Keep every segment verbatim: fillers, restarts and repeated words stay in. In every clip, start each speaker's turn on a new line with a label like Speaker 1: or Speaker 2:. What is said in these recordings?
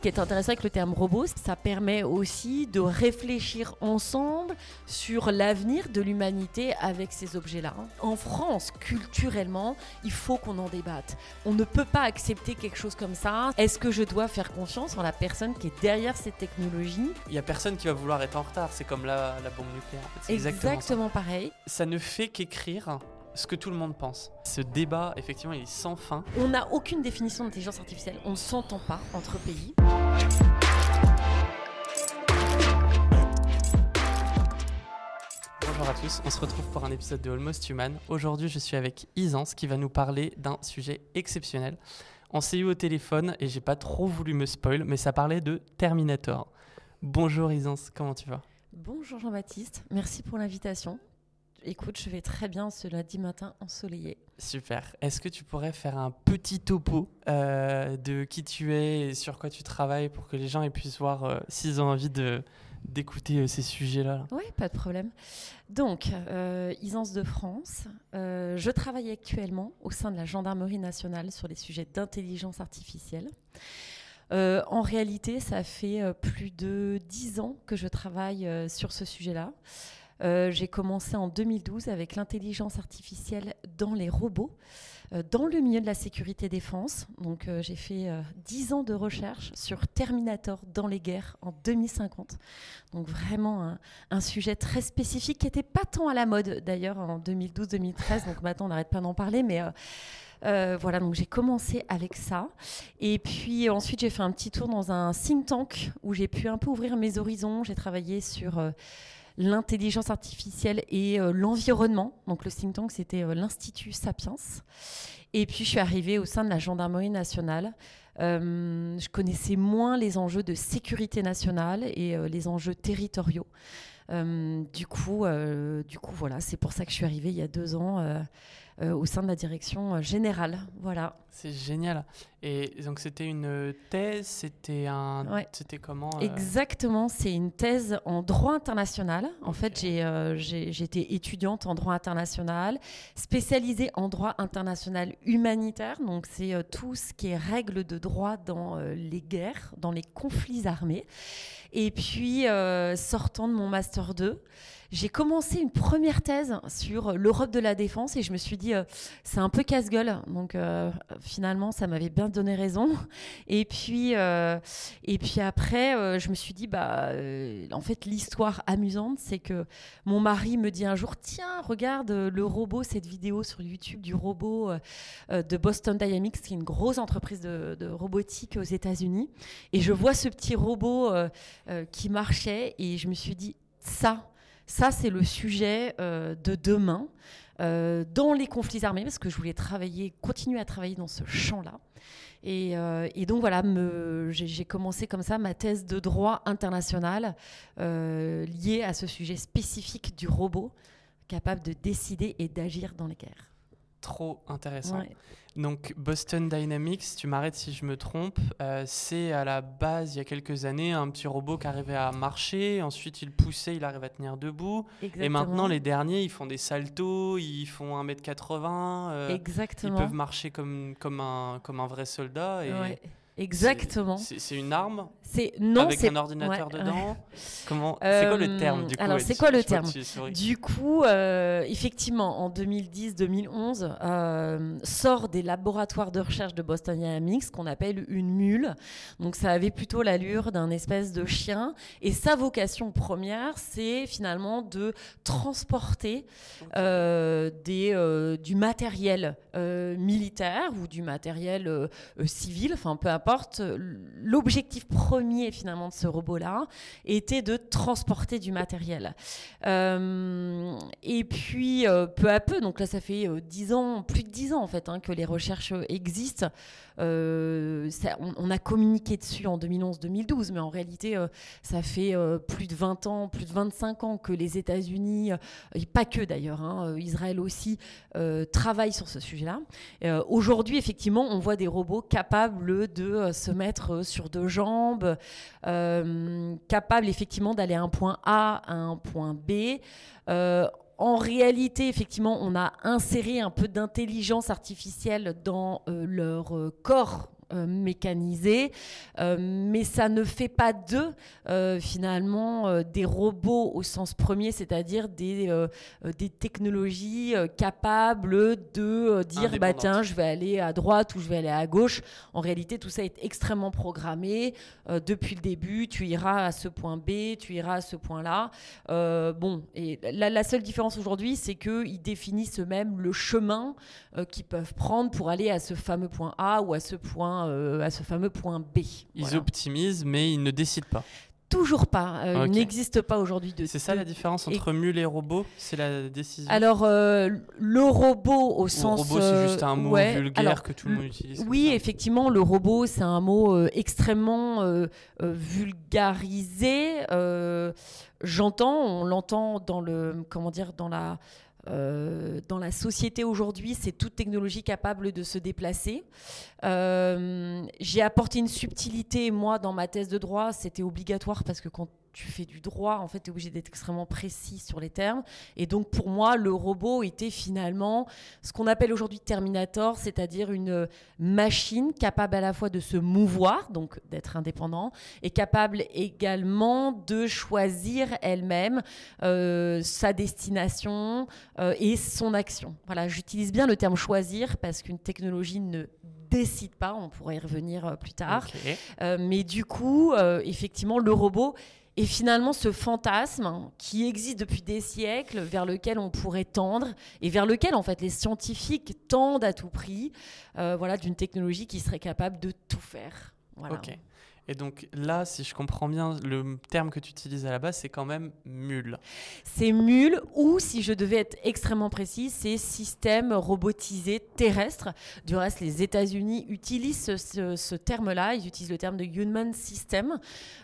Speaker 1: Ce qui est intéressant avec le terme robot, ça permet aussi de réfléchir ensemble sur l'avenir de l'humanité avec ces objets-là. En France, culturellement, il faut qu'on en débatte. On ne peut pas accepter quelque chose comme ça. Est-ce que je dois faire confiance en la personne qui est derrière cette technologie ?
Speaker 2: Il n'y a personne qui va vouloir être en retard, c'est comme la, la bombe nucléaire. C'est
Speaker 1: exactement,
Speaker 2: exactement
Speaker 1: ça. pareil.
Speaker 2: Ça ne fait qu'écrire ce que tout le monde pense. Ce débat, effectivement, il est sans fin.
Speaker 1: On n'a aucune définition d'intelligence artificielle, on ne s'entend pas entre pays.
Speaker 2: Bonjour à tous, on se retrouve pour un épisode de Almost Human. Aujourd'hui, je suis avec Isance qui va nous parler d'un sujet exceptionnel. On s'est eu au téléphone et j'ai pas trop voulu me spoil, mais ça parlait de Terminator. Bonjour Isance, comment tu vas ?
Speaker 1: Bonjour Jean-Baptiste, merci pour l'invitation. Écoute, je vais très bien ce lundi matin ensoleillé.
Speaker 2: Super. Est-ce que tu pourrais faire un petit topo euh, de qui tu es et sur quoi tu travailles pour que les gens puissent voir euh, s'ils ont envie de, d'écouter euh, ces sujets-là ?
Speaker 1: Oui, pas de problème. Donc, euh, Isance de France, euh, je travaille actuellement au sein de la Gendarmerie nationale sur les sujets d'intelligence artificielle. Euh, en réalité, ça fait euh, plus de dix ans que je travaille euh, sur ce sujet-là. Euh, j'ai commencé en deux mille douze avec l'intelligence artificielle dans les robots, euh, dans le milieu de la sécurité défense. Donc, euh, j'ai fait euh, dix ans de recherche sur Terminator dans les guerres en deux mille cinquante. Donc, vraiment un, un sujet très spécifique qui n'était pas tant à la mode d'ailleurs en deux mille douze deux mille treize. Donc, maintenant, on n'arrête pas d'en parler, mais... Euh, Euh, voilà, donc j'ai commencé avec ça. Et puis ensuite, j'ai fait un petit tour dans un think tank où j'ai pu un peu ouvrir mes horizons. J'ai travaillé sur euh, l'intelligence artificielle et euh, l'environnement. Donc le think tank, c'était euh, l'Institut Sapiens. Et puis je suis arrivée au sein de la Gendarmerie nationale. Euh, je connaissais moins les enjeux de sécurité nationale et euh, les enjeux territoriaux. Euh, du coup, euh, du coup, voilà, c'est pour ça que je suis arrivée il y a deux ans euh, euh, au sein de la direction euh, générale. Voilà.
Speaker 2: C'est génial. Et donc c'était une thèse, c'était un,
Speaker 1: ouais.
Speaker 2: c'était comment euh...
Speaker 1: Exactement, c'est une thèse en droit international. En okay. fait, j'ai, euh, j'ai, j'étais étudiante en droit international, spécialisée en droit international humanitaire. Donc c'est euh, tout ce qui est règles de droit dans euh, les guerres, dans les conflits armés. Et puis, euh, sortant de mon Master deux, j'ai commencé une première thèse sur l'Europe de la défense et je me suis dit, euh, c'est un peu casse-gueule. Donc, euh, finalement, ça m'avait bien donné raison. Et puis, euh, et puis après, euh, je me suis dit, bah, euh, en fait, l'histoire amusante, c'est que mon mari me dit un jour, tiens, regarde le robot, cette vidéo sur YouTube du robot euh, de Boston Dynamics, qui est une grosse entreprise de, de robotique aux États-Unis. Et je vois ce petit robot euh, euh, qui marchait et je me suis dit, ça, Ça, c'est le sujet euh, de demain euh, dans les conflits armés, parce que je voulais travailler, continuer à travailler dans ce champ-là. Et, euh, et donc, voilà, me, j'ai, j'ai commencé comme ça ma thèse de droit international euh, liée à ce sujet spécifique du robot capable de décider et d'agir dans les guerres.
Speaker 2: Trop intéressant.
Speaker 1: Ouais.
Speaker 2: Donc Boston Dynamics, tu m'arrêtes si je me trompe, euh, c'est à la base, il y a quelques années, un petit robot qui arrivait à marcher, ensuite il poussait, il arrivait à tenir debout. Exactement. Et maintenant, les derniers, ils font des saltos, ils font un mètre quatre-vingts, euh,
Speaker 1: Exactement.
Speaker 2: Ils peuvent marcher comme, comme, un, comme un vrai soldat. Et
Speaker 1: ouais. Exactement.
Speaker 2: C'est, c'est, c'est une arme
Speaker 1: c'est, non,
Speaker 2: avec
Speaker 1: c'est,
Speaker 2: un ordinateur
Speaker 1: ouais,
Speaker 2: dedans.
Speaker 1: Ouais.
Speaker 2: Comment,
Speaker 1: euh,
Speaker 2: c'est quoi le terme du coup?
Speaker 1: Alors, c'est quoi le terme?
Speaker 2: Dessus,
Speaker 1: du coup, euh, effectivement, en deux mille dix deux mille onze, euh, sort des laboratoires de recherche de Boston Dynamics qu'on appelle une mule. Donc, ça avait plutôt l'allure d'un espèce de chien. Et sa vocation première, c'est finalement de transporter okay. euh, des, euh, du matériel euh, militaire ou du matériel euh, euh, civil, enfin peu importe. L'objectif premier finalement de ce robot-là était de transporter du matériel. Euh, et puis euh, peu à peu, donc là ça fait euh, dix ans, plus de dix ans en fait, hein, que les recherches existent. Euh, ça, on, on a communiqué dessus en deux mille onze deux mille douze, mais en réalité euh, ça fait euh, plus de vingt ans, plus de vingt-cinq ans que les États-Unis, euh, et pas que d'ailleurs, hein, Israël aussi, euh, travaillent sur ce sujet-là. Euh, aujourd'hui, effectivement, on voit des robots capables de euh, se mettre sur deux jambes, euh, capables effectivement d'aller à un point A à un point B. Euh, En réalité, effectivement, on a inséré un peu d'intelligence artificielle dans euh, leur euh, corps euh, mécanisés, euh, mais ça ne fait pas d'eux euh, finalement euh, des robots au sens premier, c'est-à-dire des, euh, des technologies euh, capables de euh, dire bah, tiens, je vais aller à droite ou je vais aller à gauche. En réalité, tout ça est extrêmement programmé. Euh, depuis le début, tu iras à ce point B, tu iras à ce point-là. Euh, bon, et la, la seule différence aujourd'hui, c'est qu'ils définissent eux-mêmes le chemin euh, qu'ils peuvent prendre pour aller à ce fameux point A ou à ce, point, euh, à ce fameux point B.
Speaker 2: Ils
Speaker 1: voilà.
Speaker 2: optimisent, mais ils ne décident pas.
Speaker 1: Toujours pas. Euh, okay. Il n'existe pas aujourd'hui de...
Speaker 2: C'est ça la différence entre et... mule et robot? C'est la décision?
Speaker 1: Alors, euh, le robot au
Speaker 2: Ou
Speaker 1: sens...
Speaker 2: Le robot, c'est juste un mot
Speaker 1: ouais,
Speaker 2: vulgaire
Speaker 1: alors,
Speaker 2: que tout le monde utilise.
Speaker 1: Oui, effectivement, le robot, c'est un mot euh, extrêmement euh, euh, vulgarisé. Euh, j'entends, on l'entend dans le... Comment dire? Dans la... Euh, dans la société aujourd'hui, c'est toute technologie capable de se déplacer. Euh, j'ai apporté une subtilité, moi, dans ma thèse de droit, c'était obligatoire parce que quand tu fais du droit, en fait, tu es obligé d'être extrêmement précis sur les termes. Et donc, pour moi, le robot était finalement ce qu'on appelle aujourd'hui Terminator, c'est-à-dire une machine capable à la fois de se mouvoir, donc d'être indépendant, et capable également de choisir elle-même euh, sa destination euh, et son action. Voilà, j'utilise bien le terme choisir parce qu'une technologie ne décide pas, on pourrait y revenir euh, plus tard.
Speaker 2: Okay.
Speaker 1: Euh, mais du coup, euh, effectivement, le robot et finalement, ce fantasme qui existe depuis des siècles, vers lequel on pourrait tendre, et vers lequel, en fait, les scientifiques tendent à tout prix, euh, voilà, d'une technologie qui serait capable de tout faire. Voilà.
Speaker 2: Ok. Et donc là, si je comprends bien, le terme que tu utilises à la base, c'est quand même mule.
Speaker 1: C'est mule, ou si je devais être extrêmement précis, c'est système robotisé terrestre. Du reste, les États-Unis utilisent ce, ce, ce terme-là, ils utilisent le terme de human system.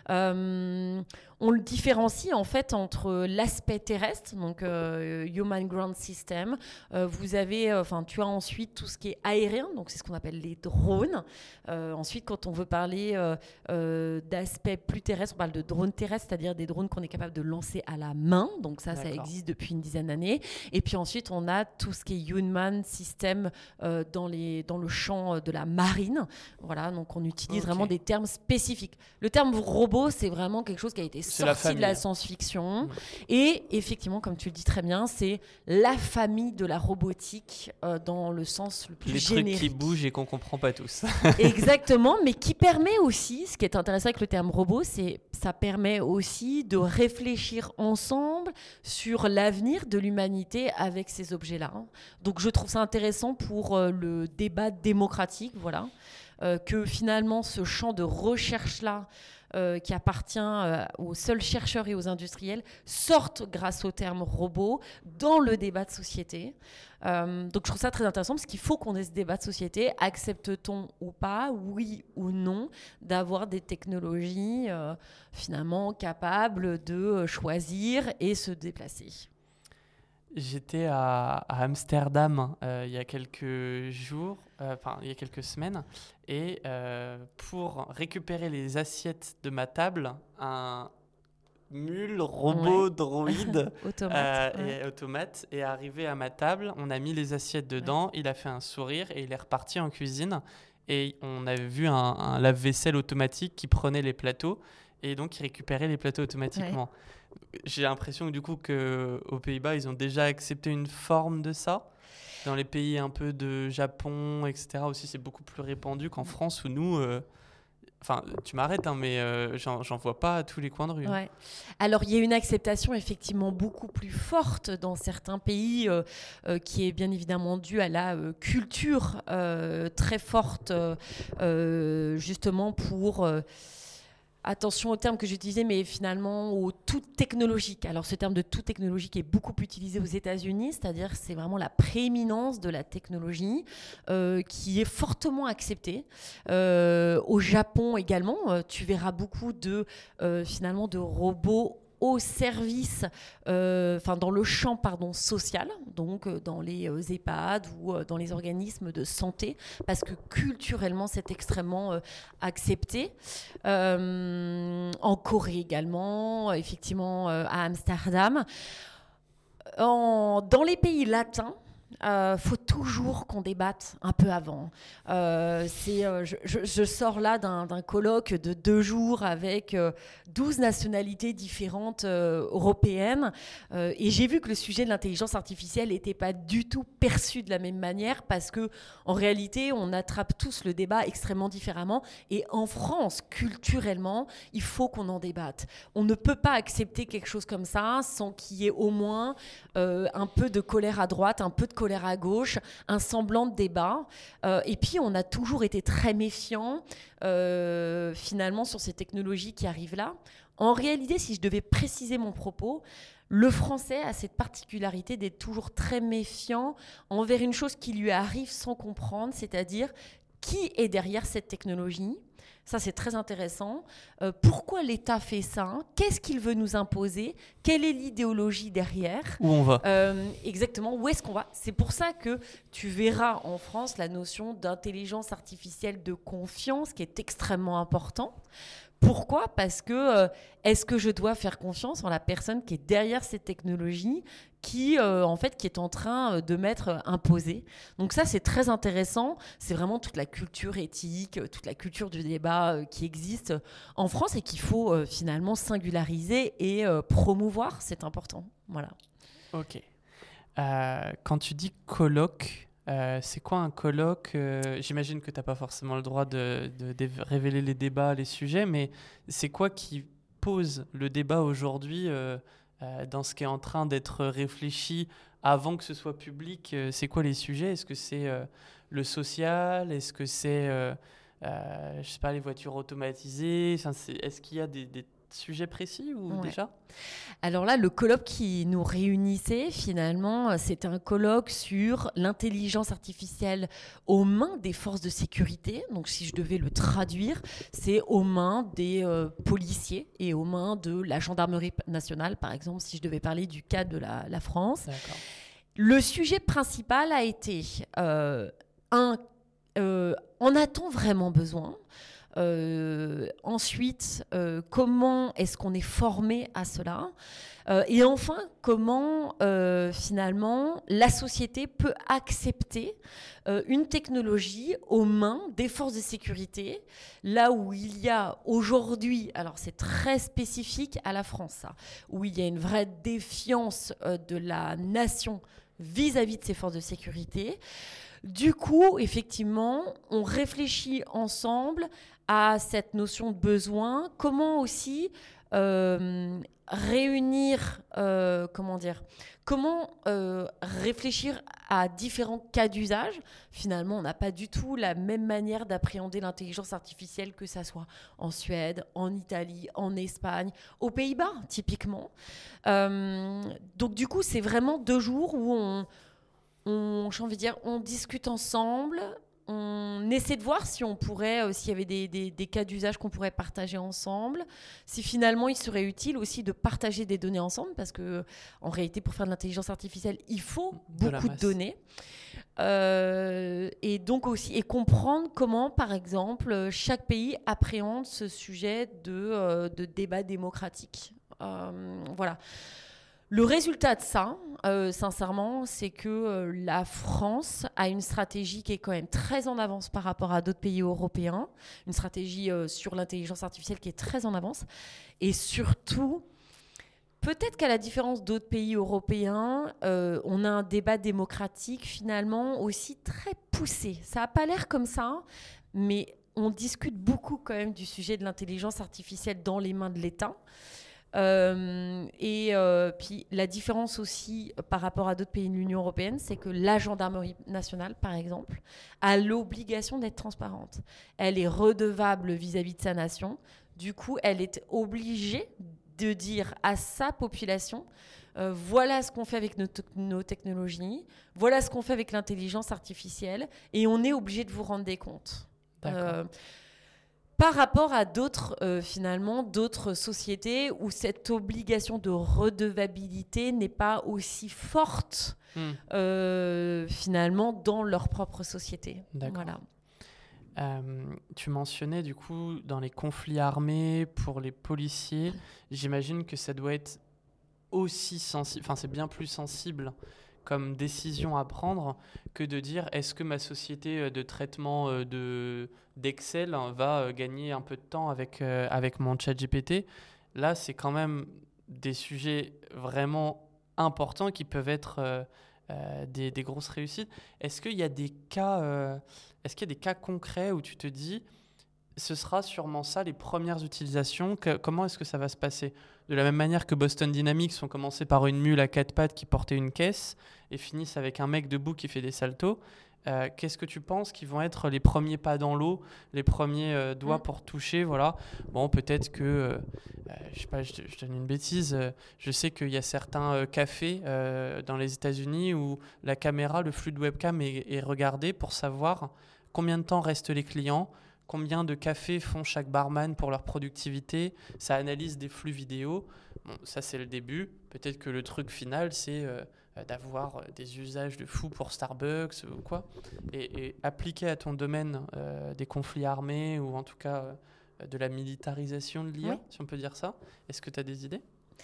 Speaker 1: Euh, on le différencie en fait entre l'aspect terrestre, donc euh, Human Ground System. Euh, vous avez, enfin, euh, tu as ensuite tout ce qui est aérien, donc c'est ce qu'on appelle les drones. Euh, ensuite, quand on veut parler euh, euh, d'aspect plus terrestre, on parle de drones terrestres, c'est-à-dire des drones qu'on est capable de lancer à la main. Donc ça, D'accord. ça existe depuis une dizaine d'années. Et puis ensuite, on a tout ce qui est Human System euh, dans, les, dans le champ de la marine. Voilà, donc on utilise okay. vraiment des termes spécifiques. Le terme robot, c'est vraiment quelque chose qui a été
Speaker 2: c'est
Speaker 1: sorti la de la science-fiction. Mmh. Et effectivement, comme tu le dis très bien, c'est la famille de la robotique euh, dans le sens le plus
Speaker 2: Les
Speaker 1: générique.
Speaker 2: Les trucs qui bougent et qu'on ne comprend pas tous.
Speaker 1: Exactement, mais qui permet aussi, ce qui est intéressant avec le terme robot, c'est ça permet aussi de réfléchir ensemble sur l'avenir de l'humanité avec ces objets-là. Donc je trouve ça intéressant pour euh, le débat démocratique, voilà, euh, que finalement ce champ de recherche-là, Euh, qui appartient euh, aux seuls chercheurs et aux industriels, sortent grâce au terme robot dans le débat de société. Euh, donc je trouve ça très intéressant parce qu'il faut qu'on ait ce débat de société. Accepte-t-on ou pas, oui ou non, d'avoir des technologies euh, finalement capables de choisir et se déplacer?
Speaker 2: J'étais à, à Amsterdam euh, il y a quelques jours, enfin euh, il y a quelques semaines, et euh, pour récupérer les assiettes de ma table, un mule robot ouais. droïde
Speaker 1: automate,
Speaker 2: euh,
Speaker 1: ouais.
Speaker 2: et automate est arrivé à ma table. On a mis les assiettes dedans, ouais. il a fait un sourire et il est reparti en cuisine. Et on avait vu un, un lave-vaisselle automatique qui prenait les plateaux et donc il récupérait les plateaux automatiquement. Ouais. J'ai l'impression que du coup qu'aux Pays-Bas, ils ont déjà accepté une forme de ça. Dans les pays un peu de Japon, et cetera aussi, c'est beaucoup plus répandu qu'en France où nous... Euh, Enfin, tu m'arrêtes, hein, mais euh, j'en, j'en vois pas à tous les coins de rue.
Speaker 1: Ouais. Alors, il y a une acceptation effectivement beaucoup plus forte dans certains pays euh, euh, qui est bien évidemment due à la euh, culture euh, très forte, euh, justement pour... Euh, Attention au terme que j'utilisais, mais finalement au tout technologique. Alors ce terme de tout technologique est beaucoup plus utilisé aux États-Unis, c'est-à-dire c'est vraiment la prééminence de la technologie euh, qui est fortement acceptée. Euh, au Japon également, euh, tu verras beaucoup de euh, finalement de robots au service, euh, enfin dans le champ pardon, social, donc euh, dans les euh, EHPAD ou euh, dans les organismes de santé, parce que culturellement c'est extrêmement euh, accepté. Euh, en Corée également, effectivement euh, à Amsterdam. En, dans les pays latins, Il euh, faut toujours qu'on débatte un peu avant. Euh, c'est, euh, je, je, je sors là d'un, d'un colloque de deux jours avec euh, douze nationalités différentes euh, européennes euh, et j'ai vu que le sujet de l'intelligence artificielle n'était pas du tout perçu de la même manière parce qu'en réalité, on attrape tous le débat extrêmement différemment et en France, culturellement, il faut qu'on en débatte. On ne peut pas accepter quelque chose comme ça sans qu'il y ait au moins euh, un peu de colère à droite, un peu de colère à gauche, un semblant de débat. Euh, et puis, on a toujours été très méfiants, euh, finalement, sur ces technologies qui arrivent là. En réalité, si je devais préciser mon propos, le français a cette particularité d'être toujours très méfiant envers une chose qui lui arrive sans comprendre, c'est-à-dire qui est derrière cette technologie. Ça, c'est très intéressant. Euh, pourquoi l'État fait ça ? Qu'est-ce qu'il veut nous imposer ? Quelle est l'idéologie derrière ?
Speaker 2: Où on va ?
Speaker 1: euh, Exactement, où est-ce qu'on va ? C'est pour ça que tu verras en France la notion d'intelligence artificielle de confiance qui est extrêmement importante. Pourquoi ? Parce que euh, est-ce que je dois faire confiance en la personne qui est derrière cette technologie qui, euh, en fait, qui est en train de m'être imposée. Donc ça, c'est très intéressant. C'est vraiment toute la culture éthique, toute la culture du débat euh, qui existe en France et qu'il faut euh, finalement singulariser et euh, promouvoir. C'est important. Voilà.
Speaker 2: Ok. Euh, quand tu dis colloque, euh, c'est quoi un colloque ? euh, J'imagine que tu n'as pas forcément le droit de, de, de révéler les débats, les sujets, mais c'est quoi qui pose le débat aujourd'hui euh, euh, dans ce qui est en train d'être réfléchi avant que ce soit public ? euh, C'est quoi les sujets ? Est-ce que c'est euh, le social ? Est-ce que c'est, euh, euh, je sais pas, les voitures automatisées ? Enfin, c'est, est-ce qu'il y a des, des sujet précis ou
Speaker 1: ouais.
Speaker 2: déjà ?
Speaker 1: Alors là, le colloque qui nous réunissait, finalement, c'était un colloque sur l'intelligence artificielle aux mains des forces de sécurité. Donc, si je devais le traduire, c'est aux mains des euh, policiers et aux mains de la gendarmerie nationale, par exemple, si je devais parler du cas de la, la France.
Speaker 2: D'accord.
Speaker 1: Le sujet principal a été euh, un, euh, en a-t-on vraiment besoin ? Euh, ensuite, euh, comment est-ce qu'on est formé à cela ? euh, Et enfin, comment euh, finalement la société peut accepter euh, une technologie aux mains des forces de sécurité, là où il y a aujourd'hui, alors c'est très spécifique à la France, ça, où il y a une vraie défiance euh, de la nation vis-à-vis de ces forces de sécurité. Du coup, effectivement, on réfléchit ensemble à cette notion de besoin, comment aussi euh, réunir, euh, comment dire, comment euh, réfléchir à différents cas d'usage. Finalement, on n'a pas du tout la même manière d'appréhender l'intelligence artificielle, que ça soit en Suède, en Italie, en Espagne, aux Pays-Bas, typiquement. Euh, donc, du coup, c'est vraiment deux jours où on, on, j'ai envie de dire, on discute ensemble. On essaie de voir si on pourrait, euh, s'il y avait des, des, des cas d'usage qu'on pourrait partager ensemble, si finalement il serait utile aussi de partager des données ensemble, parce que en réalité, pour faire de l'intelligence artificielle, il faut
Speaker 2: de
Speaker 1: beaucoup de données. Euh, et donc aussi, et comprendre comment, par exemple, chaque pays appréhende ce sujet de, euh, de débat démocratique. Euh, voilà. Le résultat de ça, euh, sincèrement, c'est que euh, la France a une stratégie qui est quand même très en avance par rapport à d'autres pays européens, une stratégie euh, sur l'intelligence artificielle qui est très en avance. Et surtout, peut-être qu'à la différence d'autres pays européens, euh, on a un débat démocratique finalement aussi très poussé. Ça n'a pas l'air comme ça, mais on discute beaucoup quand même du sujet de l'intelligence artificielle dans les mains de l'État. Euh, et euh, puis la différence aussi euh, par rapport à d'autres pays de l'Union européenne, c'est que la gendarmerie nationale, par exemple, a l'obligation d'être transparente. Elle est redevable vis-à-vis de sa nation. Du coup, elle est obligée de dire à sa population euh, voilà ce qu'on fait avec nos, te- nos technologies, voilà ce qu'on fait avec l'intelligence artificielle, et on est obligé de vous rendre des comptes.
Speaker 2: D'accord.
Speaker 1: Euh, Par rapport à d'autres, euh, finalement, d'autres sociétés où cette obligation de redevabilité n'est pas aussi forte, mmh. euh, finalement, dans leur propre société.
Speaker 2: D'accord.
Speaker 1: Voilà.
Speaker 2: Euh, tu mentionnais, du coup, dans les conflits armés, pour les policiers, j'imagine que ça doit être aussi sensible, enfin, c'est bien plus sensible comme décision à prendre que de dire est-ce que ma société de traitement euh, de, d'Excel hein, va euh, gagner un peu de temps avec, euh, avec mon chat G P T. Là, c'est quand même des sujets vraiment importants qui peuvent être euh, euh, des, des grosses réussites. Est-ce qu'il y a des cas, euh, est-ce qu'il y a des cas concrets où tu te dis ce sera sûrement ça, les premières utilisations. Que, comment est-ce que ça va se passer ? De la même manière que Boston Dynamics ont commencé par une mule à quatre pattes qui portait une caisse et finissent avec un mec debout qui fait des saltos. Euh, qu'est-ce que tu penses qui vont être les premiers pas dans l'eau, les premiers euh, doigts mmh. pour toucher, voilà. Bon, peut-être que, euh, euh, je sais pas, je, je donne une bêtise, euh, je sais qu'il y a certains euh, cafés euh, dans les États-Unis où la caméra, le flux de webcam est, est regardé pour savoir combien de temps restent les clients, combien de cafés font chaque barman pour leur productivité, ça analyse des flux vidéo. Bon, ça, c'est le début. Peut-être que le truc final, c'est euh, d'avoir des usages de fou pour Starbucks ou quoi. Et, et appliquer à ton domaine euh, des conflits armés ou en tout cas euh, de la militarisation de l'I A, oui. si on peut dire ça. Est-ce que tu as des idées ?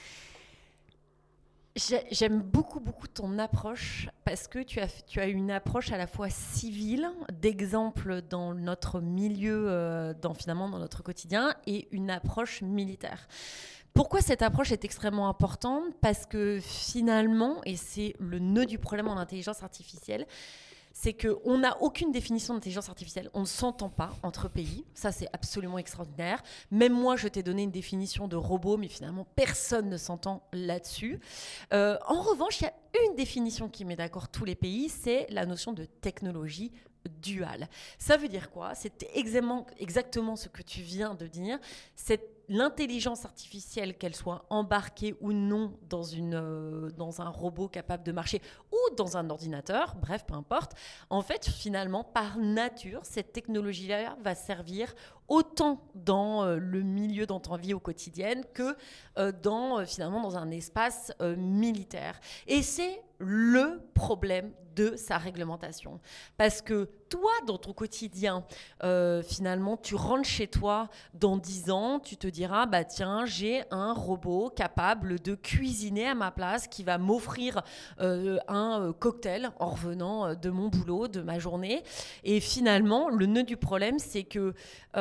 Speaker 1: J'aime beaucoup, beaucoup ton approche parce que tu as, tu as une approche à la fois civile, d'exemple dans notre milieu, euh, dans, finalement dans notre quotidien, et une approche militaire. Pourquoi cette approche est extrêmement importante ? Parce que finalement, et c'est le nœud du problème en intelligence artificielle, c'est qu'on n'a aucune définition d'intelligence artificielle. On ne s'entend pas entre pays. Ça, c'est absolument extraordinaire. Même moi, je t'ai donné une définition de robot, mais finalement, personne ne s'entend là-dessus. Euh, en revanche, il y a une définition qui met d'accord tous les pays, c'est la notion de technologie duale. Ça veut dire quoi ? C'est exactement, exactement ce que tu viens de dire. C'est l'intelligence artificielle, qu'elle soit embarquée ou non dans, une, euh, dans un robot capable de marcher ou dans un ordinateur, bref, peu importe. En fait, finalement, par nature, cette technologie-là va servir autant dans euh, le milieu dont on vit au quotidien que euh, dans, euh, finalement, dans un espace euh, militaire. Et c'est le problème de sa réglementation. Parce que toi, dans ton quotidien, euh, finalement, tu rentres chez toi dans dix ans, tu te diras, bah tiens, j'ai un robot capable de cuisiner à ma place qui va m'offrir euh, un euh, cocktail en revenant de mon boulot, de ma journée. Et finalement, le nœud du problème, c'est que,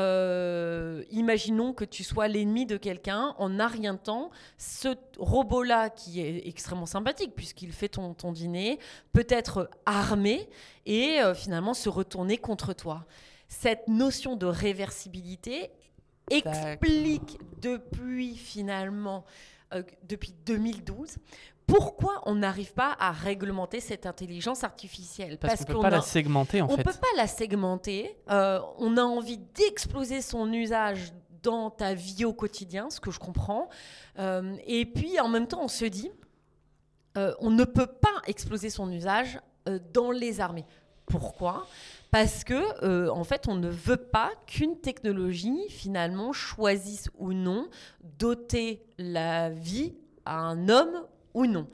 Speaker 1: euh, imaginons que tu sois l'ennemi de quelqu'un, en un rien de temps, ce robot-là, qui est extrêmement sympathique, puisqu'il fait ton, ton dîner, peut être armé et euh, finalement se retourner contre toi. Cette notion de réversibilité explique depuis finalement, euh, depuis deux mille douze, pourquoi on n'arrive pas à réglementer cette intelligence artificielle ?
Speaker 2: Parce, Parce qu'on ne peut pas a, la segmenter en
Speaker 1: on
Speaker 2: fait.
Speaker 1: On ne peut pas la segmenter. Euh, on a envie d'exploser son usage dans ta vie au quotidien, ce que je comprends. Euh, et puis en même temps, on se dit, euh, on ne peut pas exploser son usage euh, dans les armées. Pourquoi ? Parce que, euh, en fait, on ne veut pas qu'une technologie, finalement, choisisse ou non d'ôter la vie à un homme ou non.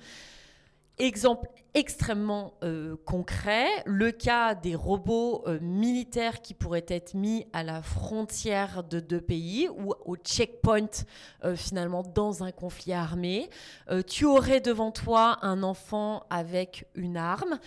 Speaker 1: Exemple extrêmement euh, concret, le cas des robots euh, militaires qui pourraient être mis à la frontière de deux pays ou au checkpoint, euh, finalement, dans un conflit armé. Euh, tu aurais devant toi un enfant avec une arme.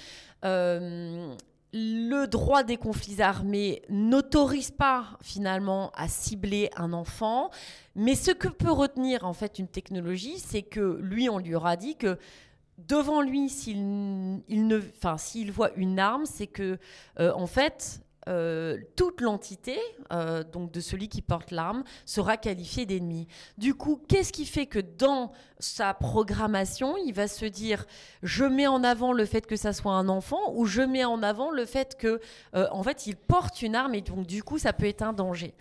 Speaker 1: Euh, Le droit des conflits armés n'autorise pas finalement à cibler un enfant, mais ce que peut retenir en fait une technologie, c'est que lui, on lui aura dit que devant lui, s'il, il ne, enfin, s'il voit une arme, c'est que euh, en fait euh, toute l'entité euh, donc de celui qui porte l'arme sera qualifiée d'ennemi. Du coup, qu'est-ce qui fait que dans sa programmation, il va se dire je mets en avant le fait que ça soit un enfant ou je mets en avant le fait que euh, en fait il porte une arme et donc du coup ça peut être un danger.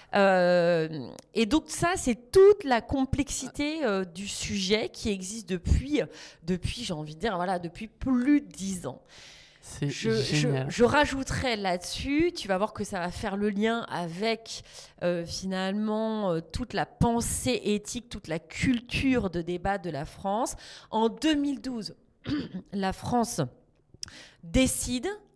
Speaker 1: Euh, et donc ça, c'est toute la complexité euh, du sujet qui existe depuis, depuis, j'ai envie de dire, voilà, depuis plus de dix ans.
Speaker 2: C'est
Speaker 1: je,
Speaker 2: génial.
Speaker 1: Je, je rajouterai là-dessus, tu vas voir que ça va faire le lien avec euh, finalement euh, toute la pensée éthique, toute la culture de débat de la France. En deux mille douze, la France décide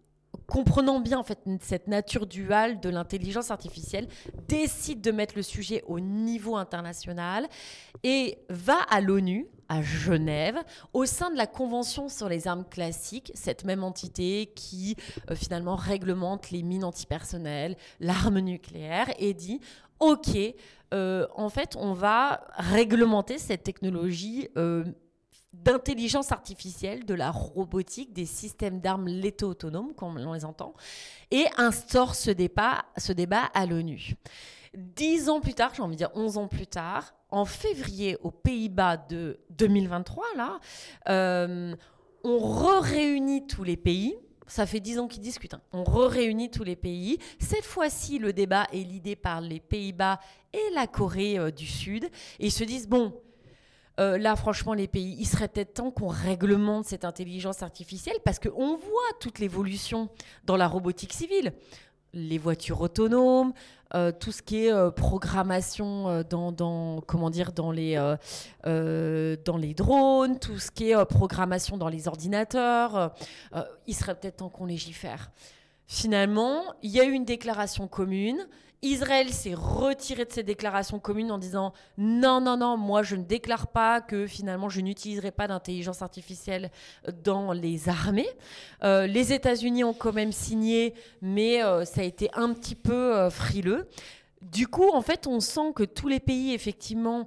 Speaker 1: comprenant bien en fait cette nature duale de l'intelligence artificielle, décide de mettre le sujet au niveau international et va à l'ONU, à Genève, au sein de la Convention sur les armes classiques, cette même entité qui euh, finalement réglemente les mines antipersonnelles, l'arme nucléaire, et dit « Ok, euh, en fait, on va réglementer cette technologie euh, d'intelligence artificielle, de la robotique, des systèmes d'armes létaux autonomes, comme on les entend, et instaure ce débat, ce débat à l'ONU. » Dix ans plus tard, j'ai envie de dire onze ans plus tard, en février aux Pays-Bas de deux mille vingt-trois, là, euh, on re-réunit tous les pays. Ça fait dix ans qu'ils discutent. Hein. On re-réunit tous les pays. Cette fois-ci, le débat est l'idée par les Pays-Bas et la Corée euh, du Sud. Et ils se disent, bon, euh, là, franchement, les pays, il serait peut-être temps qu'on réglemente cette intelligence artificielle parce qu'on voit toute l'évolution dans la robotique civile. Les voitures autonomes, euh, tout ce qui est euh, programmation euh, dans, dans, comment dire, dans, les, euh, euh, dans les drones, tout ce qui est euh, programmation dans les ordinateurs. Euh, il serait peut-être temps qu'on légifère. Finalement, il y a eu une déclaration commune. Israël s'est retiré de ces déclarations communes en disant « Non, non, non, moi je ne déclare pas que finalement je n'utiliserai pas d'intelligence artificielle dans les armées. Euh, » Les États-Unis ont quand même signé, mais euh, ça a été un petit peu euh, frileux. Du coup, en fait, on sent que tous les pays, effectivement,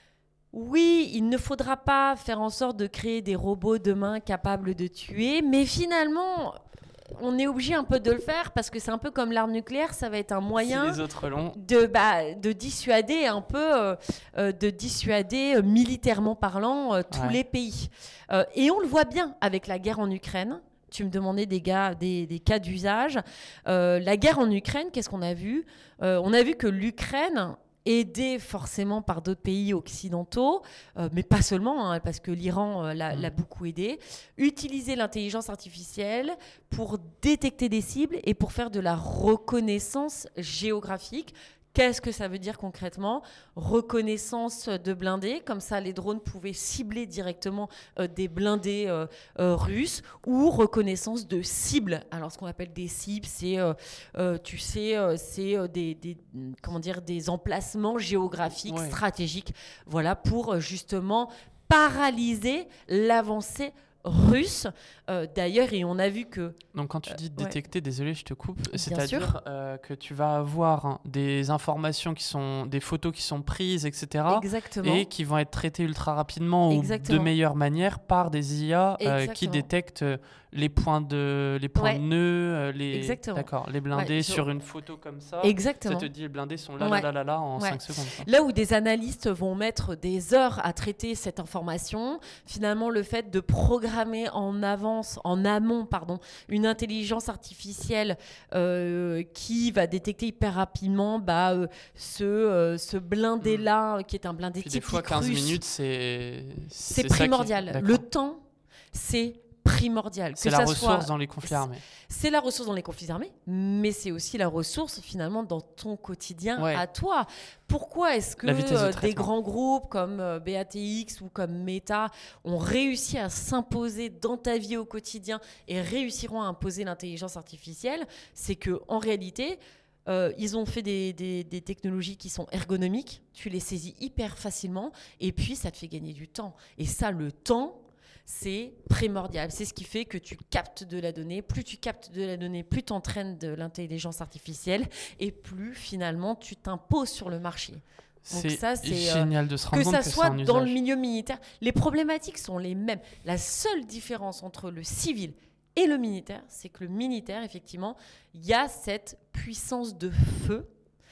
Speaker 1: oui, il ne faudra pas faire en sorte de créer des robots demain capables de tuer, mais finalement... on est obligé un peu de le faire parce que c'est un peu comme l'arme nucléaire, ça va être un moyen
Speaker 2: si les autres l'ont.
Speaker 1: de, bah, de dissuader un peu, euh, euh, de dissuader euh, militairement parlant euh, tous ouais. les pays. Euh, et on le voit bien avec la guerre en Ukraine. Tu me demandais des, gars, des, des cas d'usage. Euh, la guerre en Ukraine, qu'est-ce qu'on a vu ? euh, On a vu que l'Ukraine, aidée forcément par d'autres pays occidentaux, euh, mais pas seulement, hein, parce que l'Iran euh, l'a, mmh. l'a beaucoup aidé, utiliser l'intelligence artificielle pour détecter des cibles et pour faire de la reconnaissance géographique. Qu'est-ce que ça veut dire concrètement ? Reconnaissance de blindés, comme ça les drones pouvaient cibler directement euh, des blindés euh, euh, russes, ou reconnaissance de cibles. Alors ce qu'on appelle des cibles, c'est, euh, euh, tu sais, euh, c'est euh, des, des, comment dire, des emplacements géographiques ouais. stratégiques, voilà, pour euh, justement paralyser l'avancée russe euh, d'ailleurs, et on a vu que
Speaker 2: donc quand tu dis
Speaker 1: euh,
Speaker 2: détecter ouais. désolé je te coupe,
Speaker 1: Bien
Speaker 2: c'est-à-dire euh, que tu vas avoir hein, des informations qui sont des photos qui sont prises, etc.
Speaker 1: Exactement.
Speaker 2: Et qui vont être traitées ultra rapidement Exactement. ou de meilleure manière par des I A euh, qui détectent les points de les points ouais. de nœuds, les
Speaker 1: Exactement.
Speaker 2: d'accord, les blindés
Speaker 1: ouais,
Speaker 2: sur une photo comme ça.
Speaker 1: Exactement.
Speaker 2: Ça te dit les blindés sont là
Speaker 1: ouais.
Speaker 2: là là là là en
Speaker 1: ouais.
Speaker 2: cinq secondes. Quoi.
Speaker 1: Là où des analystes vont mettre des heures à traiter cette information, finalement le fait de programmer en avance, en amont, pardon, une intelligence artificielle euh, qui va détecter hyper rapidement bah, euh, ce, euh, ce blindé-là, mmh. qui est un blindé
Speaker 2: Puis
Speaker 1: typique
Speaker 2: des fois, quinze
Speaker 1: russe.
Speaker 2: minutes, c'est...
Speaker 1: C'est, c'est primordial. Qui... Le temps, c'est primordial.
Speaker 2: C'est
Speaker 1: que
Speaker 2: la
Speaker 1: ça
Speaker 2: ressource
Speaker 1: soit...
Speaker 2: dans les conflits armés.
Speaker 1: C'est la ressource dans les conflits armés, mais c'est aussi la ressource finalement dans ton quotidien ouais. à toi. Pourquoi est-ce que euh, des grands groupes comme euh, B A T X ou comme Meta ont réussi à s'imposer dans ta vie au quotidien et réussiront à imposer l'intelligence artificielle ? C'est qu'en réalité... Euh, ils ont fait des, des, des technologies qui sont ergonomiques, tu les saisis hyper facilement et puis ça te fait gagner du temps. Et ça, le temps, c'est primordial. C'est ce qui fait que tu captes de la donnée. Plus tu captes de la donnée, plus tu entraînes de l'intelligence artificielle et plus finalement tu t'imposes sur le marché. Donc
Speaker 2: c'est
Speaker 1: ça, c'est
Speaker 2: génial de se rendre
Speaker 1: que
Speaker 2: compte
Speaker 1: ça
Speaker 2: que
Speaker 1: soit
Speaker 2: c'est en
Speaker 1: dans
Speaker 2: usage.
Speaker 1: le milieu militaire. Les problématiques sont les mêmes. La seule différence entre le civil et le militaire, c'est que le militaire, effectivement, il y a cette puissance de feu,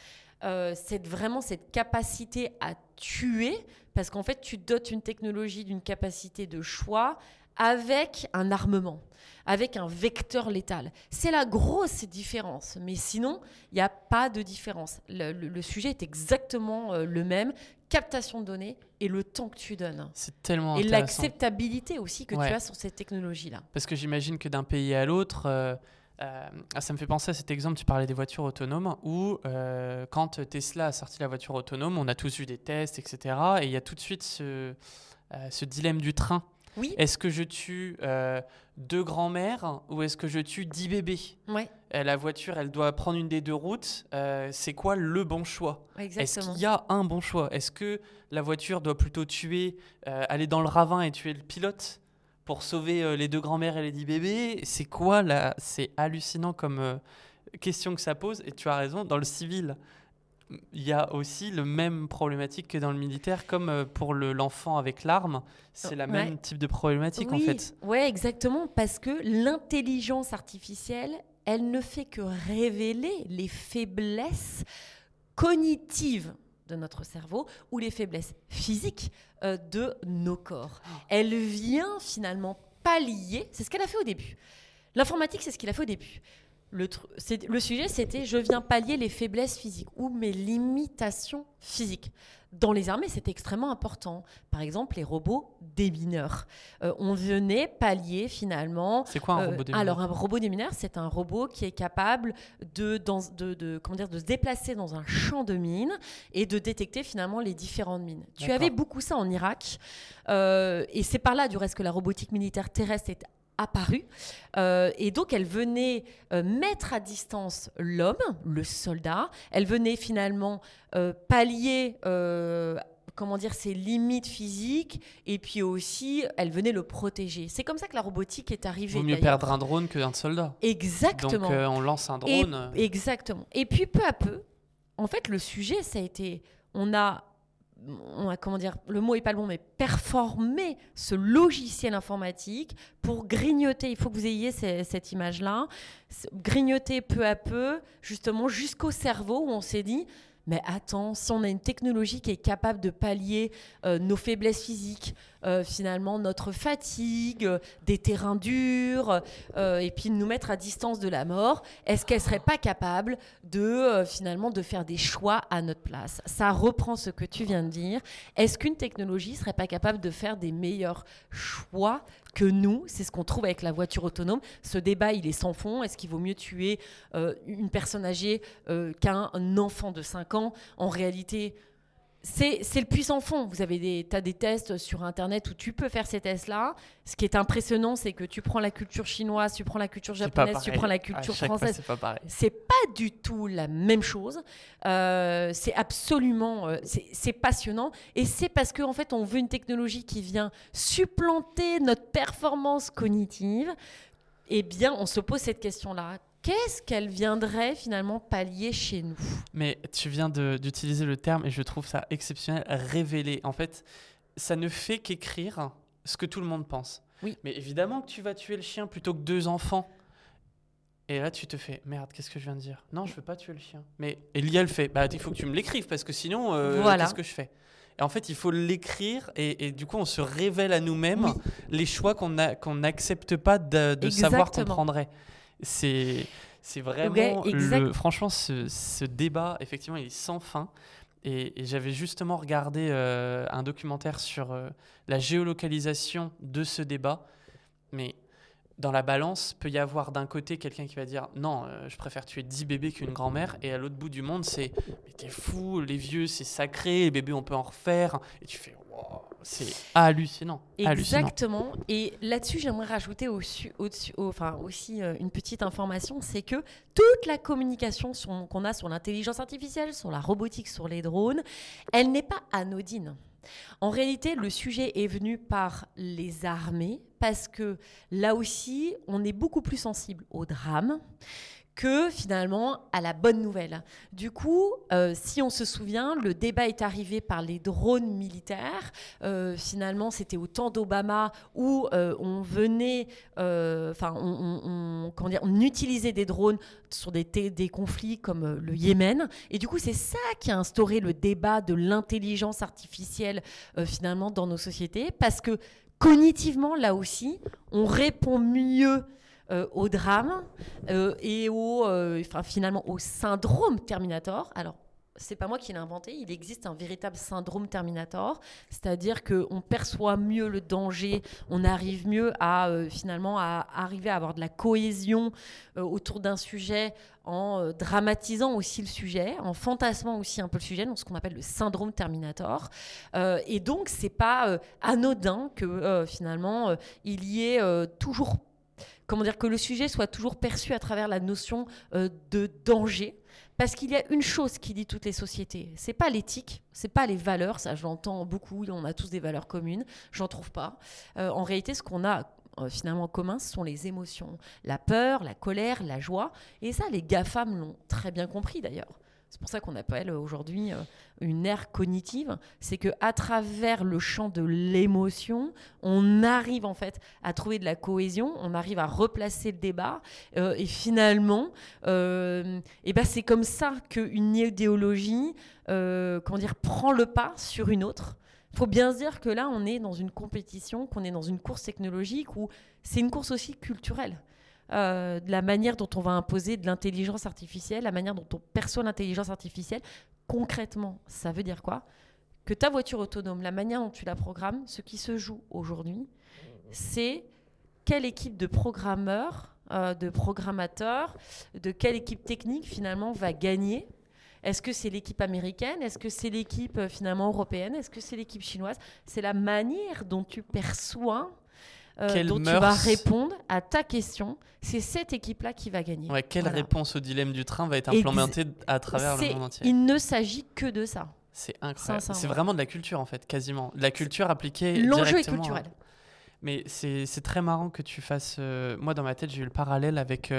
Speaker 1: euh, cette, vraiment cette capacité à tuer, parce qu'en fait, tu dotes une technologie d'une capacité de choix avec un armement, avec un vecteur létal. C'est la grosse différence, mais sinon, il n'y a pas de différence. Le, le, le sujet est exactement euh, le même, captation de données et le temps que tu donnes.
Speaker 2: C'est tellement
Speaker 1: et
Speaker 2: intéressant.
Speaker 1: l'acceptabilité aussi que ouais. tu as sur cette technologie-là.
Speaker 2: Parce que j'imagine que d'un pays à l'autre, euh, euh, ça me fait penser à cet exemple, tu parlais des voitures autonomes, où euh, quand Tesla a sorti la voiture autonome, on a tous vu des tests, et cetera. Et il y a tout de suite ce, euh, ce dilemme du train.
Speaker 1: Oui.
Speaker 2: Est-ce que je tue euh, deux grands-mères ou est-ce que je tue dix bébés?
Speaker 1: Ouais.
Speaker 2: Euh, La voiture, elle doit prendre une des deux routes. Euh, c'est quoi le bon choix?
Speaker 1: Exactement.
Speaker 2: Est-ce qu'il y a un bon choix? Est-ce que la voiture doit plutôt tuer, euh, aller dans le ravin et tuer le pilote pour sauver euh, les deux grands-mères et les dix bébés? C'est quoi là? C'est hallucinant comme euh, question que ça pose. Et tu as raison, dans le civil, il y a aussi le même problématique que dans le militaire, comme euh, pour le, l'enfant avec l'arme, c'est la
Speaker 1: Ouais.
Speaker 2: même type de problématique
Speaker 1: Oui,
Speaker 2: en fait.
Speaker 1: Oui, exactement, parce que l'intelligence artificielle, elle ne fait que révéler les faiblesses cognitives de notre cerveau ou les faiblesses physiques euh, de nos corps. Elle vient finalement pallier, c'est ce qu'elle a fait au début. L'informatique, c'est ce qu'il a fait au début. Le, tr- c'est, le sujet, c'était je viens pallier les faiblesses physiques ou mes limitations physiques. Dans les armées, c'était extrêmement important. Par exemple, les robots démineurs. Euh, on venait pallier finalement.
Speaker 2: C'est quoi un
Speaker 1: euh,
Speaker 2: robot démineur?
Speaker 1: Alors, un robot démineur, c'est un robot qui est capable de, dans, de, de, comment dire, de se déplacer dans un champ de mines et de détecter finalement les différentes mines. Tu
Speaker 2: D'accord.
Speaker 1: avais beaucoup ça en Irak. Euh, et c'est par là, du reste, que la robotique militaire terrestre est apparue. Euh, et donc, elle venait euh, mettre à distance l'homme, le soldat. Elle venait finalement euh, pallier, euh, comment dire, ses limites physiques. Et puis aussi, elle venait le protéger. C'est comme ça que la robotique est arrivée.
Speaker 2: Vaut mieux
Speaker 1: d'ailleurs.
Speaker 2: perdre un drone qu'un soldat.
Speaker 1: Exactement.
Speaker 2: Donc, euh, on lance un
Speaker 1: Et-
Speaker 2: drone.
Speaker 1: exactement. Et puis, peu à peu, en fait, le sujet, ça a été... On a... On a, comment dire, le mot est pas le bon, mais performer ce logiciel informatique pour grignoter, il faut que vous ayez ces- cette image-là, c- grignoter peu à peu, justement jusqu'au cerveau où on s'est dit, mais attends, si on a une technologie qui est capable de pallier euh, nos faiblesses physiques, euh, finalement notre fatigue, euh, des terrains durs, euh, et puis de nous mettre à distance de la mort, est-ce qu'elle serait pas capable de euh, finalement de faire des choix à notre place? Ça reprend ce que tu viens de dire. Est-ce qu'une technologie serait pas capable de faire des meilleurs choix que nous? C'est ce qu'on trouve avec la voiture autonome. Ce débat, il est sans fond. Est-ce qu'il vaut mieux tuer euh, une personne âgée euh, qu'un enfant de cinq ans? En réalité, c'est, c'est le puissant fond. Vous avez des, t'as des tests sur Internet où tu peux faire ces tests-là. Ce qui est impressionnant, c'est que tu prends la culture chinoise, tu prends la culture
Speaker 2: C'est pas
Speaker 1: japonaise, tu
Speaker 2: pareil.
Speaker 1: prends la
Speaker 2: À
Speaker 1: culture
Speaker 2: chaque fois,
Speaker 1: française.
Speaker 2: c'est pas pareil.
Speaker 1: C'est pas du tout la même chose. Euh, c'est absolument, euh, c'est, c'est passionnant, et c'est parce qu'en fait, on veut une technologie qui vient supplanter notre performance cognitive. Eh bien, on se pose cette question-là. Qu'est-ce qu'elle viendrait finalement pallier chez nous?
Speaker 2: Mais tu viens de- d'utiliser le terme et je trouve ça exceptionnel, révéler. En fait, ça ne fait qu'écrire ce que tout le monde pense.
Speaker 1: Oui.
Speaker 2: Mais évidemment que tu vas tuer le chien plutôt que deux enfants. Et là, tu te fais, merde, qu'est-ce que je viens de dire? Non, je veux pas tuer le chien. Mais et l'I A le fait, bah il faut que tu me l'écrives parce que sinon, euh,
Speaker 1: Voilà.
Speaker 2: qu'est-ce que je fais? Et en fait, il faut l'écrire et, et du coup, on se révèle à nous-mêmes
Speaker 1: Oui.
Speaker 2: les choix qu'on a- qu'on n'accepte pas de, de savoir qu'on
Speaker 1: Exactement.
Speaker 2: prendrait. C'est c'est vraiment
Speaker 1: Ouais, exact.
Speaker 2: le, franchement ce, ce débat effectivement il est sans fin et, et j'avais justement regardé euh, un documentaire sur euh, la géolocalisation de ce débat, mais dans la balance peut y avoir d'un côté quelqu'un qui va dire non, euh, je préfère tuer dix bébés qu'une grand-mère, et à l'autre bout du monde c'est mais t'es fou, les vieux c'est sacré, les bébés on peut en refaire, et tu fais wow, c'est hallucinant. hallucinant.
Speaker 1: Exactement. Et là-dessus, j'aimerais rajouter au-dessus, au-dessus, au- enfin, aussi euh, une petite information, c'est que toute la communication sur- qu'on a sur l'intelligence artificielle, sur la robotique, sur les drones, elle n'est pas anodine. En réalité, le sujet est venu par les armées parce que là aussi, on est beaucoup plus sensible au drame que finalement à la bonne nouvelle. Du coup, euh, si on se souvient, le débat est arrivé par les drones militaires. Euh, finalement, c'était au temps d'Obama où euh, on venait, euh, enfin, on, on, on, comment dire, on utilisait des drones sur des, t- des conflits comme euh, le Yémen. Et du coup, c'est ça qui a instauré le débat de l'intelligence artificielle euh, finalement dans nos sociétés, parce que cognitivement, là aussi, on répond mieux Euh, au drame euh, et au, euh, enfin, finalement au syndrome Terminator. Alors, c'est pas moi qui l'ai inventé, il existe un véritable syndrome Terminator, c'est-à-dire qu'on perçoit mieux le danger, on arrive mieux à euh, finalement à arriver à avoir de la cohésion euh, autour d'un sujet en euh, dramatisant aussi le sujet, en fantasmant aussi un peu le sujet, donc ce qu'on appelle le syndrome Terminator. Euh, et donc, c'est pas euh, anodin que euh, finalement euh, il y ait euh, toujours, comment dire, que le sujet soit toujours perçu à travers la notion euh, de danger. Parce qu'il y a une chose qui lie toutes les sociétés, c'est pas l'éthique, c'est pas les valeurs, ça je l'entends beaucoup, on a tous des valeurs communes, j'en trouve pas. Euh, en réalité, ce qu'on a euh, finalement en commun, ce sont les émotions, la peur, la colère, la joie, et ça les GAFAM l'ont très bien compris d'ailleurs. C'est pour ça qu'on appelle aujourd'hui une ère cognitive. C'est qu'à travers le champ de l'émotion, on arrive en fait à trouver de la cohésion, on arrive à replacer le débat. Euh, et finalement, euh, et ben c'est comme ça qu'une idéologie euh, comment dire, prend le pas sur une autre. Il faut bien se dire que là, on est dans une compétition, qu'on est dans une course technologique où c'est une course aussi culturelle. Euh, de la manière dont on va imposer de l'intelligence artificielle, la manière dont on perçoit l'intelligence artificielle. Concrètement, ça veut dire quoi ? Que ta voiture autonome, la manière dont tu la programmes, ce qui se joue aujourd'hui, c'est quelle équipe de programmeurs, euh, de programmateurs, de quelle équipe technique finalement va gagner. Est-ce que c'est l'équipe américaine ? Est-ce que c'est l'équipe euh, finalement européenne ? Est-ce que c'est l'équipe chinoise ? C'est la manière dont tu perçois Euh, dont mœurs... tu vas répondre à ta question, c'est cette équipe-là qui va gagner.
Speaker 2: Ouais, quelle
Speaker 1: voilà.
Speaker 2: réponse au dilemme du train va être implémentée Ex- à travers
Speaker 1: c'est...
Speaker 2: le monde entier ?
Speaker 1: Il ne s'agit que de ça.
Speaker 2: C'est incroyable. C'est vraiment de la culture, en fait, quasiment. De la culture appliquée
Speaker 1: L'enjeu
Speaker 2: directement.
Speaker 1: est culturel.
Speaker 2: Mais c'est, c'est très marrant que tu fasses... Euh... Moi, dans ma tête, j'ai eu le parallèle avec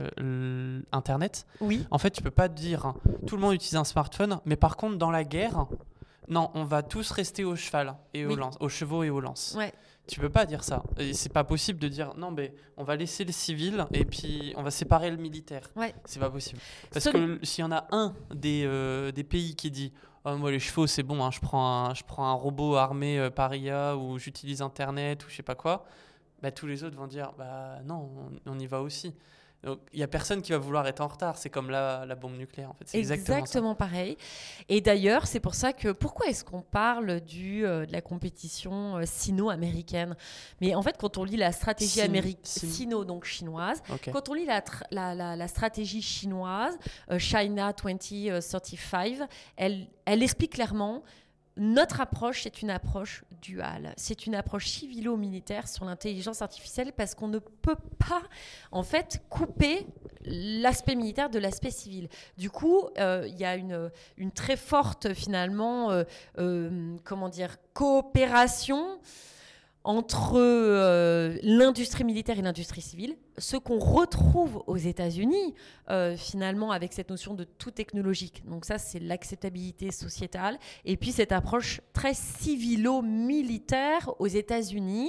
Speaker 2: euh, Internet.
Speaker 1: Oui.
Speaker 2: En fait, tu peux pas te dire, hein, tout le monde utilise un smartphone, mais par contre, dans la guerre, non, on va tous rester au cheval, et oui. aux, lances, aux chevaux et aux lances.
Speaker 1: Ouais.
Speaker 2: Tu peux pas dire ça. Et c'est pas possible de dire non, mais on va laisser le civil et puis on va séparer le militaire.
Speaker 1: Ouais.
Speaker 2: C'est pas possible. Parce
Speaker 1: Ce...
Speaker 2: que s'il y en a un des, euh, des pays qui dit oh, moi les chevaux c'est bon, hein, je, prends un, je prends un robot armé euh, par I A ou j'utilise Internet ou je sais pas quoi, bah, tous les autres vont dire bah non, on, on y va aussi. Donc, il n'y a personne qui va vouloir être en retard. C'est comme la, la bombe nucléaire, en fait. C'est exactement,
Speaker 1: exactement pareil. Et d'ailleurs, c'est pour ça que... Pourquoi est-ce qu'on parle du, euh, de la compétition euh, sino-américaine ? Mais en fait, quand on lit la stratégie américaine... Sino, donc chinoise. Okay. Quand on lit la, tra- la, la, la stratégie chinoise, euh, China vingt trente-cinq, elle, elle explique clairement... Notre approche, c'est une approche duale. C'est une approche civilo-militaire sur l'intelligence artificielle parce qu'on ne peut pas, en fait, couper l'aspect militaire de l'aspect civil. Du coup, il euh, y a une, une très forte, finalement, euh, euh, comment dire, coopération entre euh, l'industrie militaire et l'industrie civile, ce qu'on retrouve aux États-Unis, euh, finalement, avec cette notion de tout technologique. Donc ça, c'est l'acceptabilité sociétale. Et puis cette approche très civilo-militaire aux États-Unis,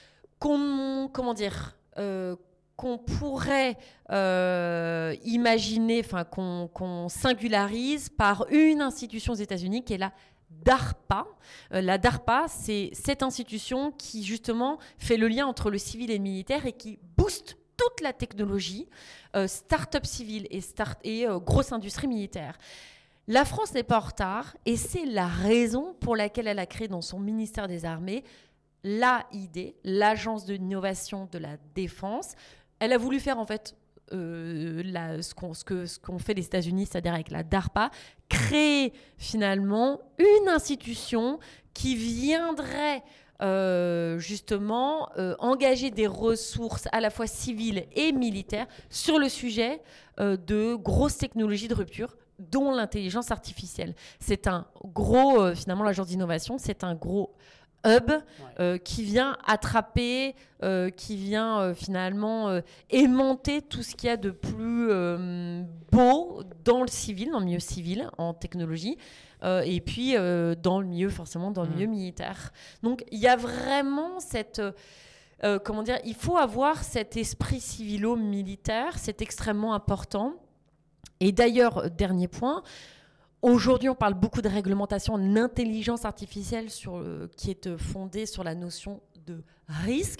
Speaker 1: qu'on, comment dire, euh, qu'on pourrait euh, imaginer, enfin, qu'on, qu'on singularise par une institution aux États-Unis qui est la DARPA. Euh, la DARPA, c'est cette institution qui, justement, fait le lien entre le civil et le militaire et qui booste toute la technologie, euh, start-up civile et, start- et euh, grosse industrie militaire. La France n'est pas en retard et c'est la raison pour laquelle elle a créé dans son ministère des Armées l'A I D, l'Agence d'innovation de la défense. Elle a voulu faire, en fait, Euh, la, ce, qu'on, ce, que, ce qu'ont fait les États-Unis, c'est-à-dire avec la DARPA, créer finalement une institution qui viendrait euh, justement euh, engager des ressources à la fois civiles et militaires sur le sujet euh, de grosses technologies de rupture, dont l'intelligence artificielle. C'est un gros, euh, finalement, l'agence d'innovation, c'est un gros hub ouais. euh, qui vient attraper, euh, qui vient euh, finalement euh, aimanter tout ce qu'il y a de plus euh, beau dans le civil, dans le milieu civil, en technologie, euh, et puis euh, dans le milieu, forcément, dans le mmh. milieu militaire. Donc, il y a vraiment cette... Euh, comment dire, il faut avoir cet esprit civilo-militaire, c'est extrêmement important. Et d'ailleurs, dernier point, aujourd'hui, on parle beaucoup de réglementation en intelligence artificielle sur, euh, qui est fondée sur la notion de risque.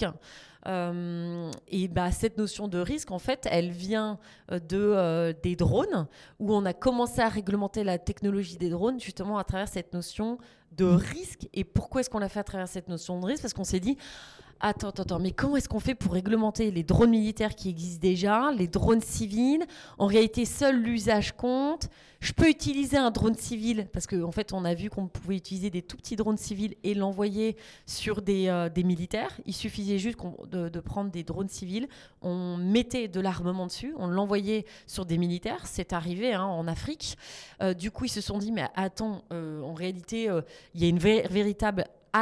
Speaker 1: Euh, et bah, cette notion de risque, en fait, elle vient de, euh, des drones, où on a commencé à réglementer la technologie des drones justement à travers cette notion de risque. Et pourquoi est-ce qu'on l'a fait à travers cette notion de risque ? Parce qu'on s'est dit, attends, attends, attends, mais comment est-ce qu'on fait pour réglementer les drones militaires qui existent déjà, les drones civils ? En réalité, seul l'usage compte. Je peux utiliser un drone civil, parce qu'en en fait, on a vu qu'on pouvait utiliser des tout petits drones civils et l'envoyer sur des, euh, des militaires. Il suffisait juste de, de prendre des drones civils, on mettait de l'armement dessus, on l'envoyait sur des militaires. C'est arrivé hein, en Afrique. Euh, du coup, ils se sont dit, mais attends, euh, en réalité, euh, il y a une vé- véritable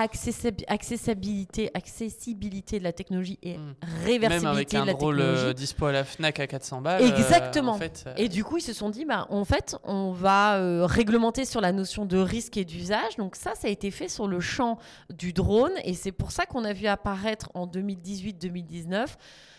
Speaker 1: accessibilité, accessibilité de la technologie et mmh. réversibilité de la technologie.
Speaker 2: Même avec un drôle euh, dispo à la Fnac à quatre cents balles.
Speaker 1: Exactement.
Speaker 2: Euh, en fait, euh...
Speaker 1: Et du coup, ils se sont dit, bah, en fait, on va euh, réglementer sur la notion de risque et d'usage. Donc ça, ça a été fait sur le champ du drone. Et c'est pour ça qu'on a vu apparaître en deux mille dix-huit deux mille dix-neuf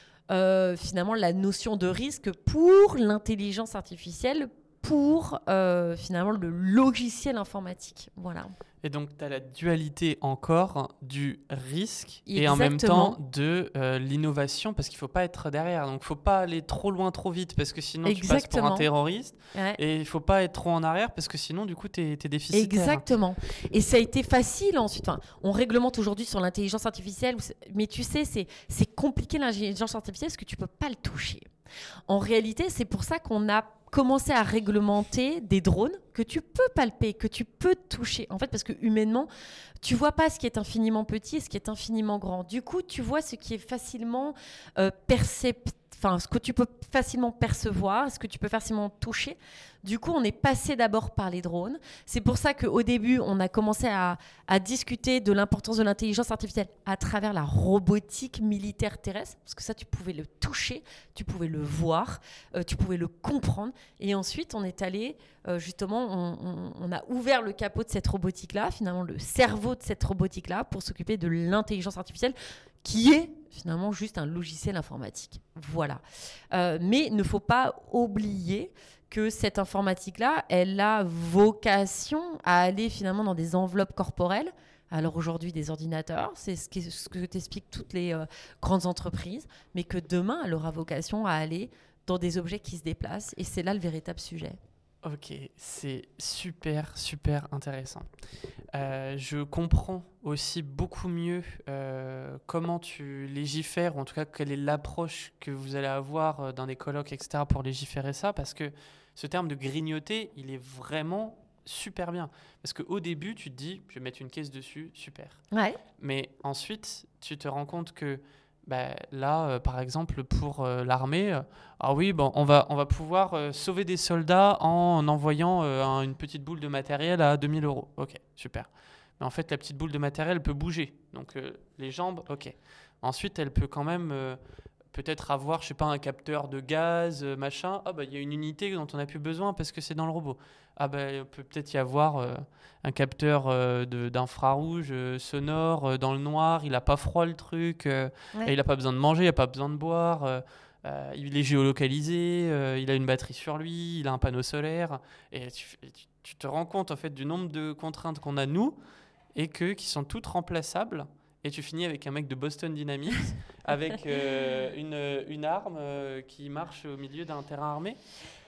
Speaker 1: euh, finalement la notion de risque pour l'intelligence artificielle, pour euh, finalement le logiciel informatique. Voilà.
Speaker 2: Et donc, tu as la dualité encore du risque
Speaker 1: Exactement.
Speaker 2: Et en même temps de euh, l'innovation, parce qu'il ne faut pas être derrière. Donc, il ne faut pas aller trop loin, trop vite, parce que sinon,
Speaker 1: Exactement.
Speaker 2: tu passes pour un terroriste.
Speaker 1: Ouais.
Speaker 2: Et il ne faut pas être trop en arrière, parce que sinon, du coup, tu es déficitaire.
Speaker 1: Exactement. Et ça a été facile ensuite. Enfin, on réglemente aujourd'hui sur l'intelligence artificielle, mais tu sais, c'est, c'est compliqué l'intelligence artificielle parce que tu ne peux pas le toucher. En réalité, c'est pour ça qu'on a commencer à réglementer des drones que tu peux palper, que tu peux toucher. En fait, parce que humainement, tu vois pas ce qui est infiniment petit et ce qui est infiniment grand. Du coup, tu vois ce qui est facilement euh, perceptible. Enfin, ce que tu peux facilement percevoir, ce que tu peux facilement toucher. Du coup, on est passé d'abord par les drones. C'est pour ça qu'au début, on a commencé à, à discuter de l'importance de l'intelligence artificielle à travers la robotique militaire terrestre, parce que ça, tu pouvais le toucher, tu pouvais le voir, euh, tu pouvais le comprendre. Et ensuite, on est allé, euh, justement, on, on, on a ouvert le capot de cette robotique-là, finalement, le cerveau de cette robotique-là, pour s'occuper de l'intelligence artificielle, qui est finalement juste un logiciel informatique. Voilà. Euh, mais il ne faut pas oublier que cette informatique-là, elle a vocation à aller finalement dans des enveloppes corporelles. Alors aujourd'hui, des ordinateurs, c'est ce que, ce que t'expliquent toutes les euh, grandes entreprises, mais que demain, elle aura vocation à aller dans des objets qui se déplacent. Et c'est là le véritable sujet.
Speaker 2: Ok, c'est super, super intéressant. Euh, je comprends aussi beaucoup mieux euh, comment tu légifères, ou en tout cas quelle est l'approche que vous allez avoir dans des colloques, et cetera pour légiférer ça, parce que ce terme de grignoter, il est vraiment super bien. Parce qu'au début, tu te dis, je vais mettre une caisse dessus, super.
Speaker 1: Ouais.
Speaker 2: Mais ensuite, tu te rends compte que bah, là, euh, par exemple, pour euh, l'armée, euh, ah oui, bon, on va, on va pouvoir euh, sauver des soldats en envoyant euh, un, une petite boule de matériel à deux mille euros. Ok, super. Mais en fait, la petite boule de matériel peut bouger. Donc, euh, les jambes, ok. Ensuite, elle peut quand même euh, peut-être avoir, je sais pas, un capteur de gaz, euh, machin. Ah, bah, il y a une unité dont on n'a plus besoin parce que c'est dans le robot. Ah, bah, il peut peut-être y avoir euh, un capteur euh, de, d'infrarouge euh, sonore euh, dans le noir. Il n'a pas froid, le truc. Euh,
Speaker 1: Ouais.
Speaker 2: et il n'a pas besoin de manger, il n'a pas besoin de boire. Euh, euh, il est géolocalisé. Euh, il a une batterie sur lui. Il a un panneau solaire. Et tu, tu, tu te rends compte, en fait, du nombre de contraintes qu'on a, nous, et que, qui sont toutes remplaçables. Et tu finis avec un mec de Boston Dynamics avec euh, une, une arme euh, qui marche au milieu d'un terrain armé.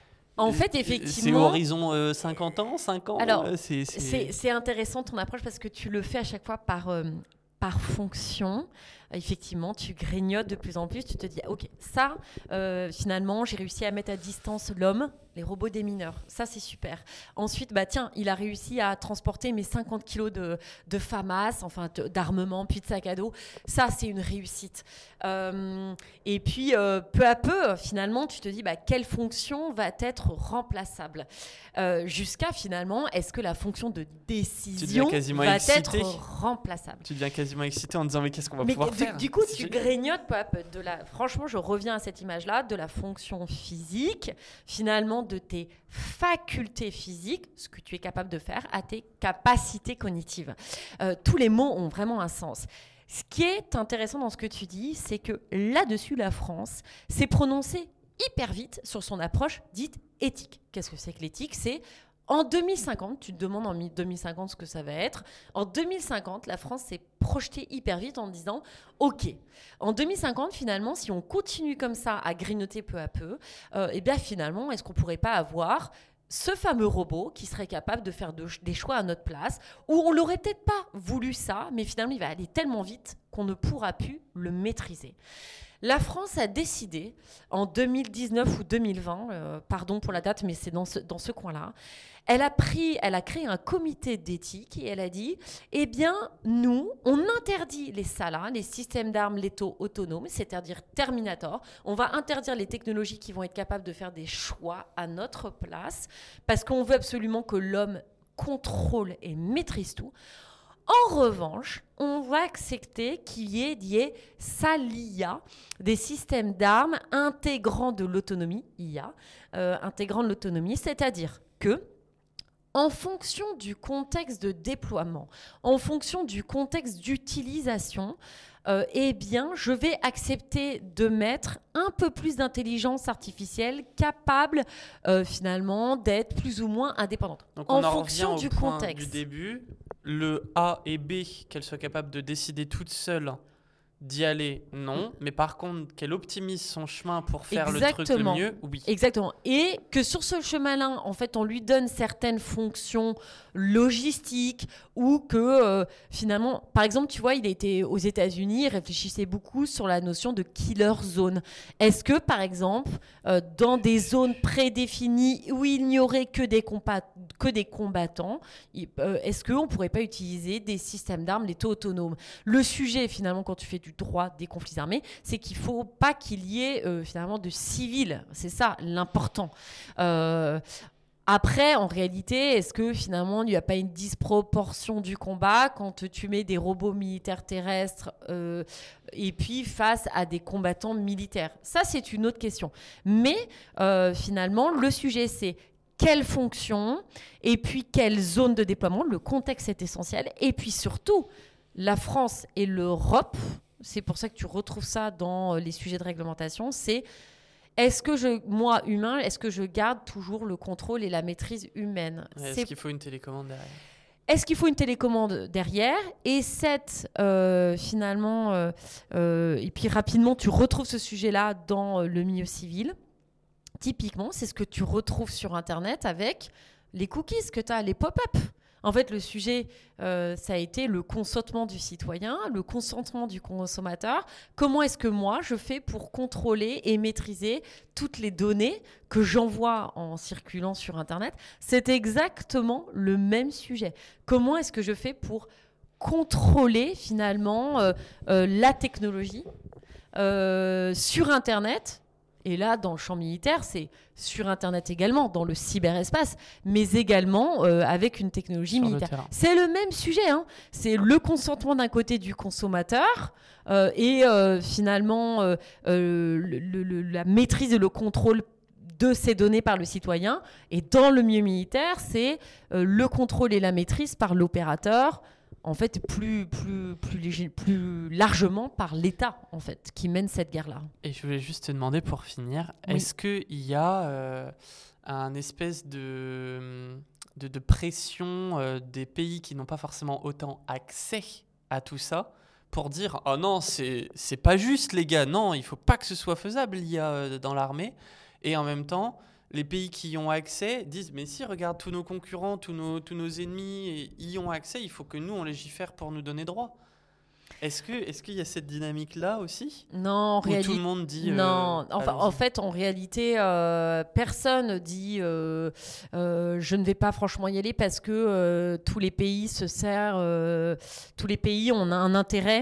Speaker 1: En fait, effectivement...
Speaker 2: C'est horizon euh, cinquante ans, cinq ans.
Speaker 1: Alors,
Speaker 2: euh, c'est, c'est...
Speaker 1: C'est, c'est intéressant ton approche parce que tu le fais à chaque fois par, euh, par fonction. Effectivement, tu grignotes de plus en plus. Tu te dis, OK, ça, euh, finalement, j'ai réussi à mettre à distance l'homme, les robots démineurs. Ça, c'est super. Ensuite, bah, tiens, il a réussi à transporter mes cinquante kilos de, de FAMAS, enfin, de, d'armement, puis de sac à dos. Ça, c'est une réussite. Euh, et puis, euh, peu à peu, finalement, tu te dis, bah, quelle fonction va être remplaçable euh, jusqu'à, finalement, est-ce que la fonction de décision va
Speaker 2: excité.
Speaker 1: être remplaçable?
Speaker 2: Tu deviens quasiment excité en disant, mais qu'est-ce qu'on va
Speaker 1: mais
Speaker 2: pouvoir
Speaker 1: du,
Speaker 2: faire
Speaker 1: du coup,
Speaker 2: c'est
Speaker 1: tu
Speaker 2: génial.
Speaker 1: grignotes peu à peu. De la, franchement, je reviens à cette image-là, de la fonction physique, finalement, de tes facultés physiques, ce que tu es capable de faire, à tes capacités cognitives. Euh, tous les mots ont vraiment un sens. Ce qui est intéressant dans ce que tu dis, c'est que là-dessus, la France s'est prononcée hyper vite sur son approche dite éthique. Qu'est-ce que c'est que l'éthique ? C'est En deux mille cinquante, tu te demandes en deux mille cinquante ce que ça va être. En deux mille cinquante, la France s'est projetée hyper vite en disant « Ok, en deux mille cinquante, finalement, si on continue comme ça à grignoter peu à peu, euh, eh bien finalement, est-ce qu'on ne pourrait pas avoir ce fameux robot qui serait capable de faire de, des choix à notre place, où on l'aurait peut-être pas voulu ça, mais finalement, il va aller tellement vite qu'on ne pourra plus le maîtriser. » La France a décidé, en deux mille dix-neuf ou deux mille vingt, euh, pardon pour la date, mais c'est dans ce, dans ce coin-là, elle a, pris, elle a créé un comité d'éthique et elle a dit, eh bien, nous, on interdit les S A L A, les systèmes d'armes létaux autonomes, c'est-à-dire Terminator. On va interdire les technologies qui vont être capables de faire des choix à notre place, parce qu'on veut absolument que l'homme contrôle et maîtrise tout. En revanche, on va accepter qu'il y ait des S A L I A, des systèmes d'armes intégrant de l'autonomie, I A, euh, intégrant de l'autonomie, c'est-à-dire que, en fonction du contexte de déploiement, en fonction du contexte d'utilisation, euh, eh bien, je vais accepter de mettre un peu plus d'intelligence artificielle capable, euh, finalement, d'être plus ou moins indépendante.
Speaker 2: Donc on
Speaker 1: en
Speaker 2: en
Speaker 1: fonction
Speaker 2: revient
Speaker 1: du
Speaker 2: au point
Speaker 1: contexte.
Speaker 2: Du début, le A et B, qu'elle soit capable de décider toute seule d'y aller, non. Mais par contre, qu'elle optimise son chemin pour faire
Speaker 1: Exactement.
Speaker 2: le truc le mieux, oui.
Speaker 1: Exactement. Et que sur ce chemin-là, en fait, on lui donne certaines fonctions logistiques ou que euh, finalement, par exemple, tu vois, il était aux États-Unis, il réfléchissait beaucoup sur la notion de killer zone. Est-ce que, par exemple, euh, dans des zones prédéfinies où il n'y aurait que des, combat- que des combattants, il, euh, est-ce qu'on ne pourrait pas utiliser des systèmes d'armes létaux autonomes ? Le sujet, finalement, quand tu fais du droit des conflits armés, c'est qu'il ne faut pas qu'il y ait euh, finalement de civils. C'est ça l'important. Euh, après, en réalité, est-ce que finalement, il n'y a pas une disproportion du combat quand tu mets des robots militaires terrestres euh, et puis face à des combattants militaires ? Ça, c'est une autre question. Mais euh, finalement, le sujet, c'est quelle fonction et puis quelle zone de déploiement. Le contexte est essentiel. Et puis surtout, la France et l'Europe, c'est pour ça que tu retrouves ça dans les sujets de réglementation, c'est est-ce que je, moi, humain, est-ce que je garde toujours le contrôle et la maîtrise humaine ?
Speaker 2: Est-ce
Speaker 1: c'est...
Speaker 2: qu'il faut une télécommande derrière ?
Speaker 1: Est-ce qu'il faut une télécommande derrière ? Et cette, euh, finalement, euh, euh, et puis rapidement, tu retrouves ce sujet-là dans le milieu civil. Typiquement, c'est ce que tu retrouves sur Internet avec les cookies que tu as, les pop-up. En fait, le sujet, euh, ça a été le consentement du citoyen, le consentement du consommateur. Comment est-ce que moi, je fais pour contrôler et maîtriser toutes les données que j'envoie en circulant sur Internet ? C'est exactement le même sujet. Comment est-ce que je fais pour contrôler finalement euh, euh, la technologie euh, sur Internet ? Et là, dans le champ militaire, c'est sur Internet également, dans le cyberespace, mais également euh, avec une technologie
Speaker 2: sur
Speaker 1: militaire. C'est le même sujet. Hein. C'est le consentement d'un côté du consommateur euh, et euh, finalement euh, euh, le, le, la maîtrise et le contrôle de ces données par le citoyen. Et dans le milieu militaire, c'est euh, le contrôle et la maîtrise par l'opérateur, en fait, plus, plus, plus, léger, plus largement par l'État, en fait, qui mène cette guerre-là.
Speaker 2: Et je voulais juste te demander, pour finir, oui. Est-ce qu'il y a euh, un espèce de, de, de pression euh, des pays qui n'ont pas forcément autant accès à tout ça pour dire « Oh non, c'est, c'est pas juste, les gars, non, il faut pas que ce soit faisable, il y a euh, dans l'armée ». Et en même temps, les pays qui y ont accès disent « Mais si, regarde, tous nos concurrents, tous nos, tous nos ennemis y ont accès, il faut que nous, on légifère pour nous donner droit ». Est-ce que, est-ce qu'il y a cette dynamique-là aussi ?
Speaker 1: Non, en réalité,
Speaker 2: tout le monde dit.
Speaker 1: Non,
Speaker 2: euh,
Speaker 1: enfin, en fait, en réalité, euh, personne dit euh, euh, je ne vais pas franchement y aller parce que euh, tous les pays se servent, euh, tous les pays ont un intérêt.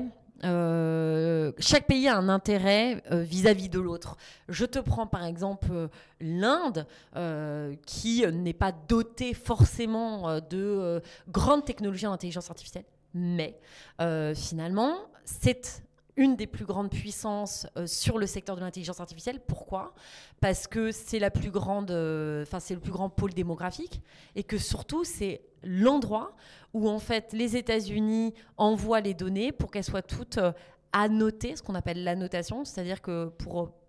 Speaker 1: Euh, chaque pays a un intérêt euh, vis-à-vis de l'autre. Je te prends par exemple euh, l'Inde, euh, qui n'est pas dotée forcément euh, de euh, grandes technologies en intelligence artificielle, mais euh, finalement, c'est une des plus grandes puissances euh, sur le secteur de l'intelligence artificielle. Pourquoi ? Parce que c'est la plus grande, euh, enfin c'est le plus grand pôle démographique et que surtout c'est l'endroit où en fait les États-Unis envoient les données pour qu'elles soient toutes euh, annotées, ce qu'on appelle l'annotation, c'est-à-dire que pour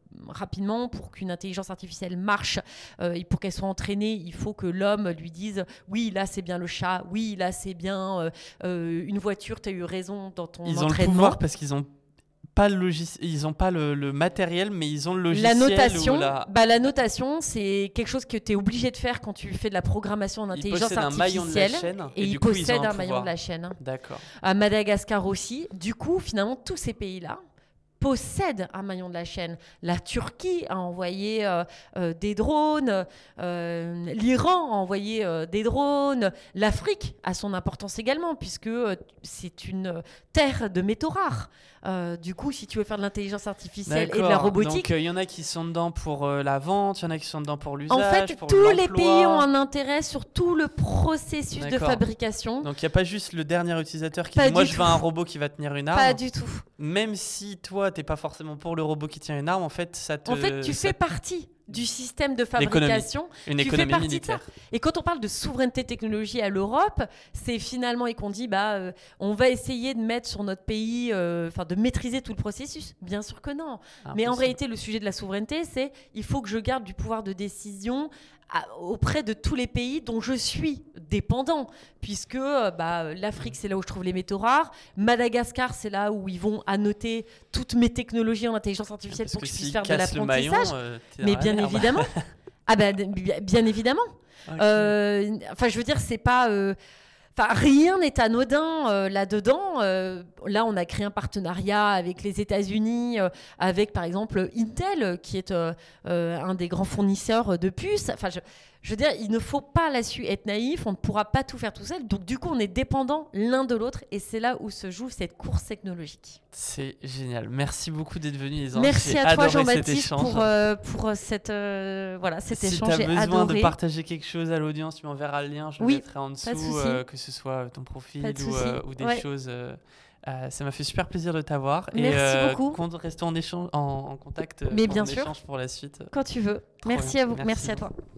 Speaker 1: rapidement, pour qu'une intelligence artificielle marche euh, et pour qu'elle soit entraînée, il faut que l'homme lui dise oui, là c'est bien le chat, oui, là c'est bien euh, euh, une voiture, tu as eu raison dans ton
Speaker 2: ils
Speaker 1: entraînement.
Speaker 2: Ils ont le pouvoir parce qu'ils ont pas le logiciel, ils n'ont pas le, le matériel, mais ils ont le logiciel.
Speaker 1: La notation,
Speaker 2: ou la...
Speaker 1: Bah, la notation, c'est quelque chose que tu es obligé de faire quand tu fais de la programmation en intelligence artificielle.
Speaker 2: Ils possèdent un maillon de la chaîne.
Speaker 1: Et, et ils possèdent un, un maillon de la chaîne.
Speaker 2: D'accord.
Speaker 1: À Madagascar aussi. Du coup, finalement, tous ces pays-là possèdent un maillon de la chaîne. La Turquie a envoyé euh, euh, des drones, euh, l'Iran a envoyé euh, des drones, l'Afrique a son importance également, puisque euh, c'est une terre de métaux rares. Euh, du coup, si tu veux faire de l'intelligence artificielle
Speaker 2: D'accord.
Speaker 1: et de la robotique...
Speaker 2: Donc, il euh, y en a qui sont dedans pour euh, la vente, il y en a qui sont dedans pour l'usage,
Speaker 1: en fait,
Speaker 2: pour
Speaker 1: tous
Speaker 2: l'emploi.
Speaker 1: Les pays ont un intérêt sur tout le processus D'accord. de fabrication.
Speaker 2: Donc, il n'y a pas juste le dernier utilisateur qui pas dit « moi, je veux un robot qui va tenir une arme ».
Speaker 1: Pas du tout.
Speaker 2: Même si toi, tu n'es pas forcément pour le robot qui tient une arme, en fait, ça te...
Speaker 1: En fait, tu
Speaker 2: ça
Speaker 1: fais partie du système de fabrication.
Speaker 2: Une
Speaker 1: tu
Speaker 2: économie
Speaker 1: fais partie
Speaker 2: militaire.
Speaker 1: De ça. Et quand on parle de souveraineté technologique à l'Europe, c'est finalement et qu'on dit bah euh, on va essayer de mettre sur notre pays, enfin euh, de maîtriser tout le processus. Bien sûr que non. Impossible. Mais en réalité, le sujet de la souveraineté, c'est il faut que je garde du pouvoir de décision à, auprès de tous les pays dont je suis dépendant, puisque euh, bah, l'Afrique, c'est là où je trouve les métaux rares. Madagascar, c'est là où ils vont annoter toutes mes technologies en intelligence artificielle
Speaker 2: Parce
Speaker 1: pour que,
Speaker 2: que
Speaker 1: je puisse
Speaker 2: si
Speaker 1: faire de l'apprentissage.
Speaker 2: Maillon, euh,
Speaker 1: mais bien évidemment. ah ben bah, bien évidemment. Okay. Euh, enfin, je veux dire, c'est pas. Euh, Enfin, rien n'est anodin euh, là-dedans. Euh, là, on a créé un partenariat avec les États-Unis, euh, avec par exemple Intel, qui est euh, euh, un des grands fournisseurs de puces. Enfin, je, je veux dire, il ne faut pas là-dessus être naïf. On ne pourra pas tout faire tout seul. Donc, du coup, on est dépendants l'un de l'autre, et c'est là où se joue cette course technologique.
Speaker 2: C'est génial. Merci beaucoup d'être venu, les enfants.
Speaker 1: Merci à toi, Jean-Baptiste, pour euh, pour cette euh, voilà cet
Speaker 2: si
Speaker 1: échange.
Speaker 2: Si tu as besoin
Speaker 1: adoré.
Speaker 2: de partager quelque chose à l'audience, tu m'enverras le lien. Je le
Speaker 1: oui,
Speaker 2: mettrai en dessous, euh, que ce soit ton profil ou, euh, ou des
Speaker 1: ouais.
Speaker 2: choses. Euh, euh, ça m'a fait super plaisir de t'avoir.
Speaker 1: Merci
Speaker 2: et, euh,
Speaker 1: beaucoup.
Speaker 2: Restons en, échange, en, en contact.
Speaker 1: Mais
Speaker 2: pour
Speaker 1: bien
Speaker 2: un
Speaker 1: sûr.
Speaker 2: échange pour la suite.
Speaker 1: Quand tu veux.
Speaker 2: Trop
Speaker 1: Merci
Speaker 2: bien.
Speaker 1: à vous.
Speaker 2: Merci,
Speaker 1: Merci à toi.